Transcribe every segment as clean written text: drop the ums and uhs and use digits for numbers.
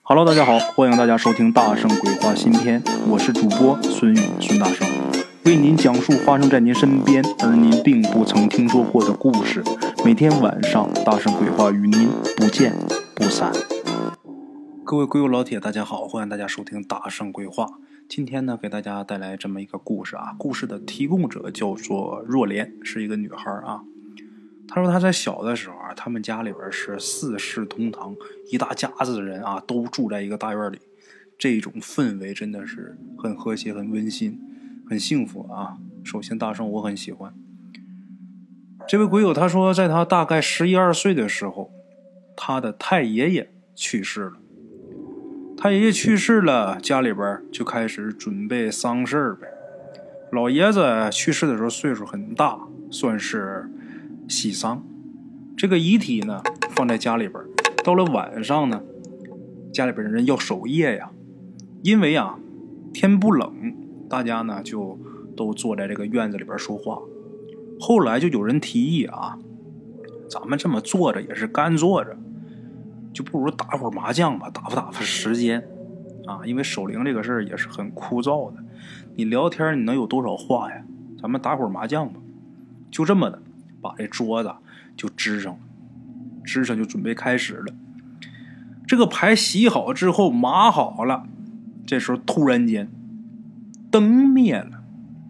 Hello， 大家好，欢迎大家收听大圣鬼话新篇，我是主播孙宇孙大圣，为您讲述发生在您身边而您并不曾听说过的故事。每天晚上大圣鬼话与您不见不散。各位鬼友老铁，大家好，欢迎大家收听大圣鬼话。今天呢，给大家带来这么一个故事啊，故事的提供者叫做若莲，是一个女孩啊。他说他在小的时候啊，他们家里边是四世同堂，一大家子的人啊都住在一个大院里，这种氛围真的是很和谐、很温馨、很幸福啊。首先大圣我很喜欢。这位鬼友他说，在他大概11、12岁的时候，他的太爷爷去世了。太爷爷去世了，家里边就开始准备丧事呗。老爷子去世的时候岁数很大，算是喜丧。这个遗体呢放在家里边，到了晚上呢，家里边的人要守夜呀。因为啊天不冷，大家呢就都坐在这个院子里边说话。后来就有人提议啊，咱们这么坐着也是干坐着，就不如打会儿麻将吧，打发时间啊。因为守灵这个事儿也是很枯燥的，你聊天你能有多少话呀？咱们打会儿麻将吧。就这么的把这桌子就支上了，支上就准备开始了。这个牌洗好之后码好了，这时候突然间灯灭了，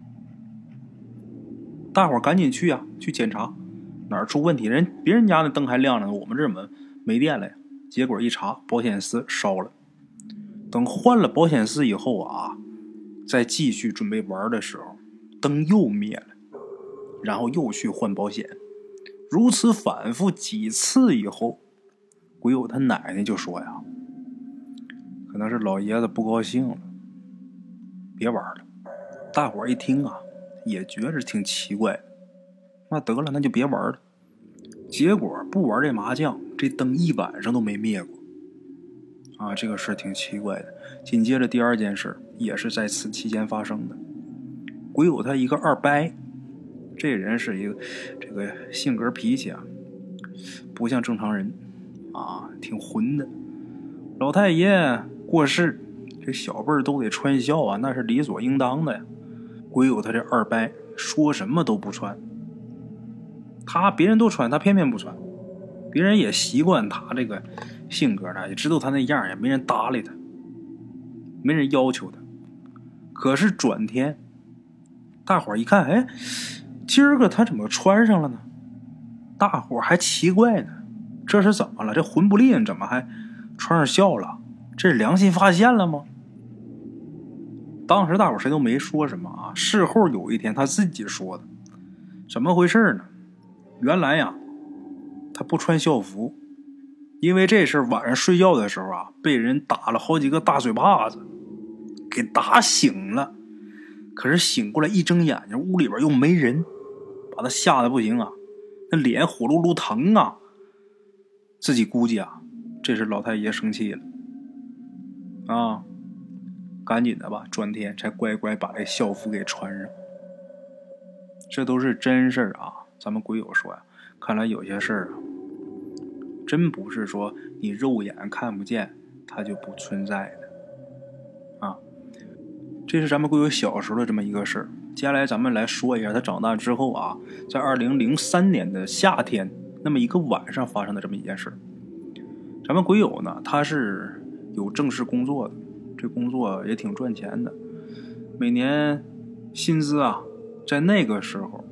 大伙儿赶紧去啊，去检查哪儿出问题。别人家的灯还亮着呢，我们这怎么没电了呀？结果一查，保险丝烧了。等换了保险丝以后啊，再继续准备玩的时候，灯又灭了，然后又去换保险。如此反复几次以后，鬼友他奶奶就说呀，可能是老爷子不高兴了，别玩了。大伙儿一听啊，也觉着挺奇怪的，那得了，那就别玩了。结果不玩这麻将，这灯一晚上都没灭过啊，这个事挺奇怪的。紧接着第二件事也是在此期间发生的。鬼友他一个二伯，这人是一个这个性格脾气啊，不像正常人啊，挺混的。老太爷过世，这小辈儿都得穿孝啊，那是理所应当的呀。鬼友他这二伯说什么都不穿，别人都穿，他偏偏不穿。别人也习惯他这个性格的，也知道他那样，也没人搭理他，没人要求他。可是转天大伙儿一看，哎，今儿个他怎么穿上了呢？大伙儿还奇怪呢，这是怎么了？这魂不吝怎么还穿上孝了？这是良心发现了吗？当时大伙儿谁都没说什么啊。事后有一天他自己说的，怎么回事呢？原来呀，他不穿校服，因为这事晚上睡觉的时候啊，被人打了好几个大嘴巴子，给打醒了。可是醒过来一睁眼睛，屋里边又没人，把他吓得不行啊，那脸火噜噜疼啊。自己估计啊，这是老太爷生气了啊，赶紧的吧，转天才乖乖把这校服给穿上。这都是真事儿啊。咱们鬼友说呀，看来有些事儿啊，真不是说你肉眼看不见它就不存在的啊。这是咱们鬼友小时候的这么一个事儿。接下来咱们来说一下他长大之后啊，在2003年的夏天那么一个晚上发生的这么一件事。咱们鬼友呢，他是有正式工作的，这工作也挺赚钱的，每年薪资啊，在那个时候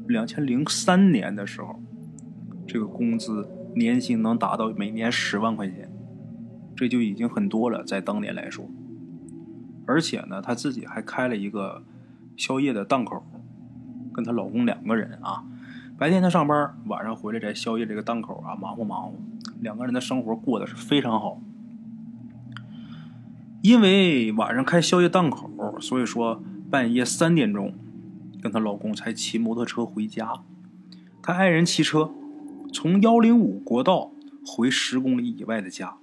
2003年的时候，这个工资年薪能达到每年10万块钱，这就已经很多了，在当年来说。而且呢，她自己还开了一个宵夜的档口，跟她老公2个人啊，白天她上班，晚上回来在宵夜这个档口啊忙活，2个人的生活过得是非常好。因为晚上开宵夜档口，所以说半夜3点钟跟她老公才骑摩托车回家。她爱人骑车从105国道回10公里以外的家，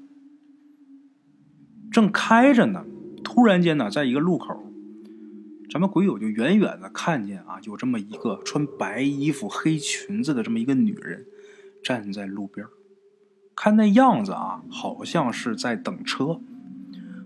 正开着呢，突然间呢，在一个路口，咱们鬼友就远远的看见啊，有这么一个穿白衣服黑裙子的这么一个女人站在路边，看那样子啊，好像是在等车，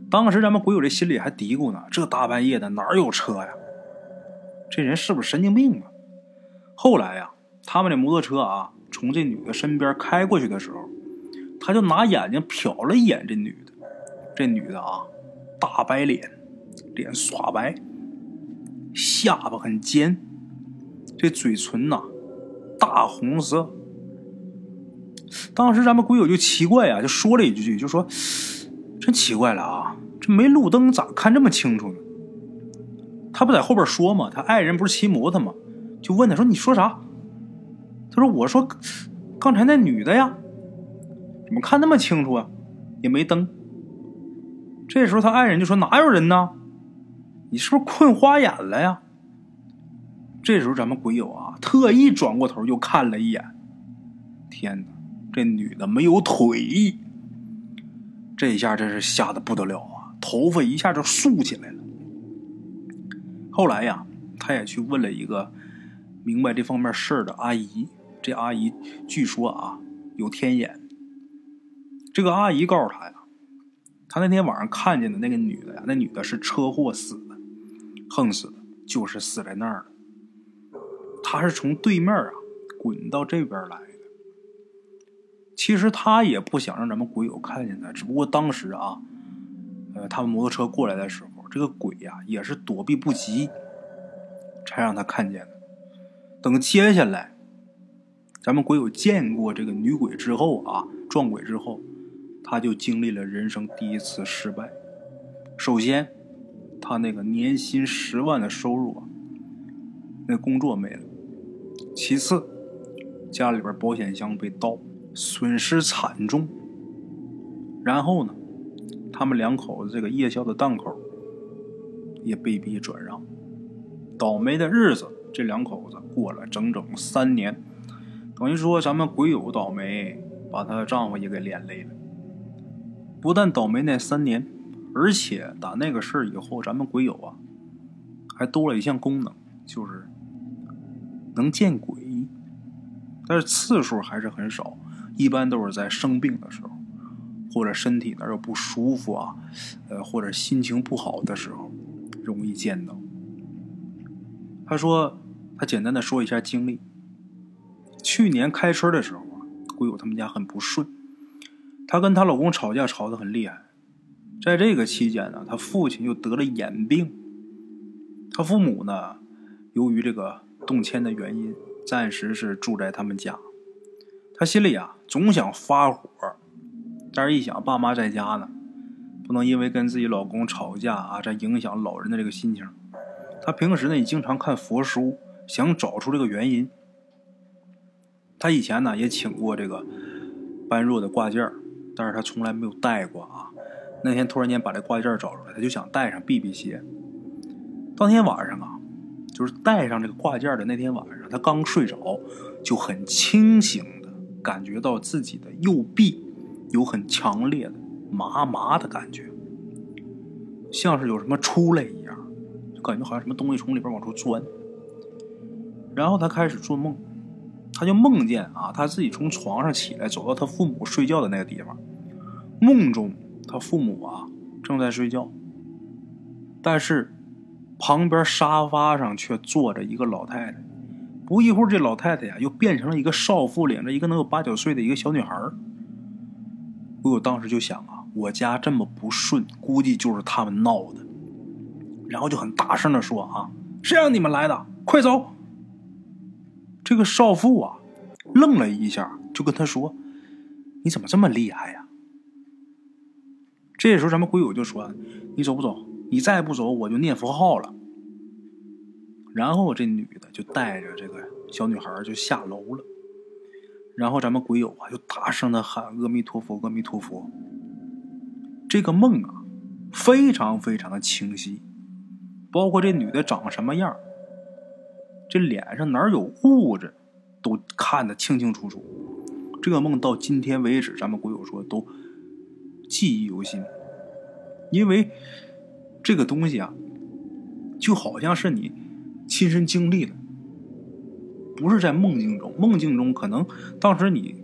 当时咱们鬼友这心里还嘀咕呢，这大半夜的哪有车呀？这人是不是神经病啊？后来呀，他们的摩托车啊从这女的身边开过去的时候，他就拿眼睛瞟了一眼这女的。这女的啊，大白脸，脸刷白，下巴很尖，这嘴唇呐大红色。当时咱们鬼友就奇怪啊，就说了一句，就说真奇怪了啊，这没路灯咋看这么清楚呢？他不在后边说嘛，他爱人不是骑摩托吗？就问他说你说啥？他说我说刚才那女的呀，怎么看那么清楚啊？也没灯。这时候他爱人就说哪有人呢？你是不是困花眼了呀？这时候咱们鬼友啊特意转过头又看了一眼，天哪，这女的没有腿。这一下真是吓得不得了啊，头发一下就竖起来了。后来呀，他也去问了一个明白这方面事儿的阿姨，这阿姨据说啊有天眼。这个阿姨告诉他呀，他那天晚上看见的那个女的呀，那女的是车祸死的，横死的，就是死在那儿了。他是从对面啊滚到这边来的。其实他也不想让咱们鬼友看见他，只不过当时啊，他们摩托车过来的时候，这个鬼呀也是躲避不及，才让他看见的。等接下来，咱们鬼友见过这个女鬼之后啊，撞鬼之后，他就经历了人生第一次失败。首先，他那个年薪10万的收入啊，那工作没了。其次，家里边保险箱被盗，损失惨重。然后呢，他们两口子这个夜宵的档口也被逼转让。倒霉的日子，这两口子过了整整3年，等于说咱们鬼友倒霉，把她的丈夫也给连累了。不但倒霉那3年，而且打那个事儿以后，咱们鬼友啊还多了一项功能，就是能见鬼。但是次数还是很少，一般都是在生病的时候，或者身体哪有不舒服啊，或者心情不好的时候容易见到。他说他简单的说一下经历。去年开春的时候啊，鬼友他们家很不顺，她跟她老公吵架吵得很厉害。在这个期间呢，她父亲又得了眼病，她父母呢由于这个动迁的原因，暂时是住在他们家。她心里啊总想发火，但是一想爸妈在家呢，不能因为跟自己老公吵架啊，再影响老人的这个心情。她平时呢也经常看佛书，想找出这个原因。她以前呢也请过这个般若的挂件，但是她从来没有戴过啊。那天突然间把这挂件找出来，她就想戴上避避邪。当天晚上啊，就是戴上这个挂件的那天晚上，她刚睡着，就很清醒的感觉到自己的右臂有很强烈的麻麻的感觉，像是有什么出来一样，就感觉好像什么东西从里边往出钻。然后她开始做梦，她就梦见啊，她自己从床上起来，走到她父母睡觉的那个地方。梦中她父母啊正在睡觉，但是旁边沙发上却坐着一个老太太。不一会儿，这老太太呀又变成了一个少妇，领着一个能有8、9岁的一个小女孩。我当时就想啊，我家这么不顺，估计就是他们闹的。然后就很大声的说啊，谁让你们来的，快走。这个少妇啊愣了一下，就跟他说，你怎么这么厉害呀？这时候咱们鬼友就说，你走不走？你再不走我就念佛号了。然后这女的就带着这个小女孩就下楼了。然后咱们鬼友啊就大声的喊阿弥陀佛阿弥陀佛。这个梦啊非常非常的清晰，包括这女的长什么样，这脸上哪有痦子都看得清清楚楚。这个梦到今天为止，咱们鬼友说都记忆犹新。因为这个东西啊就好像是你亲身经历的，不是在梦境中。梦境中可能当时你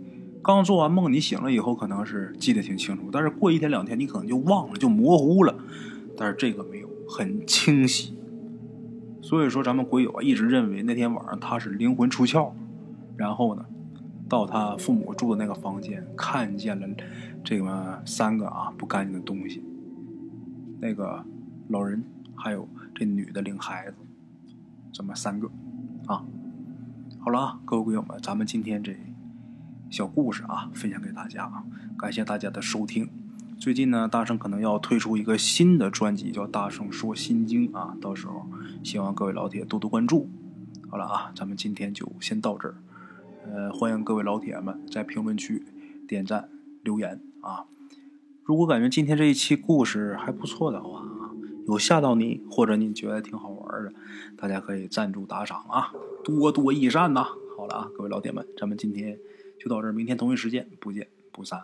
刚做完梦，你醒了以后可能是记得挺清楚，但是过1天2天你可能就忘了，就模糊了。但是这个没有，很清晰。所以说咱们鬼友啊一直认为那天晚上他是灵魂出窍，然后呢到他父母住的那个房间，看见了这个3个不干净的东西，那个老人还有这女的领孩子，这么3个啊。好了啊，各位鬼友们，咱们今天这小故事分享给大家感谢大家的收听。最近呢，大圣可能要推出一个新的专辑，叫《大圣说心经》到时候希望各位老铁多多关注。好了咱们今天就先到这儿。欢迎各位老铁们在评论区点赞留言如果感觉今天这一期故事还不错的话有吓到你，或者你觉得挺好玩的，大家可以赞助打赏多多益善呐。好了各位老铁们，咱们今天就到这儿，明天同一时间不见不散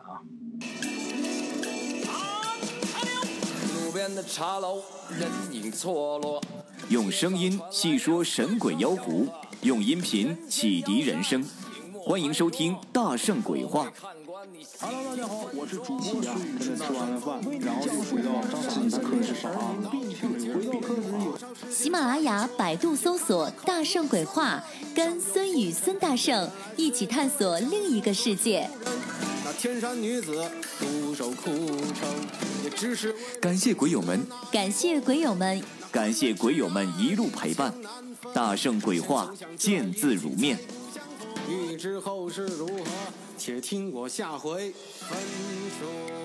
路边的茶楼，人影错落，用声音细说神鬼妖狐，用音频启迪人生。欢迎收听大圣鬼话。 Hello， 大家好，我是主播孙宇，吃完了饭，然后就回到自己的课室上回到课室有喜马拉雅、百度搜索“大圣鬼话”，跟孙宇、孙大圣一起探索另一个世界。 那天山女子独守枯城，也只是感谢鬼友们， 感谢鬼友们， 感谢鬼友们一路陪伴。大圣鬼话，见字如面。 欲知后事如何，且听我下回分说。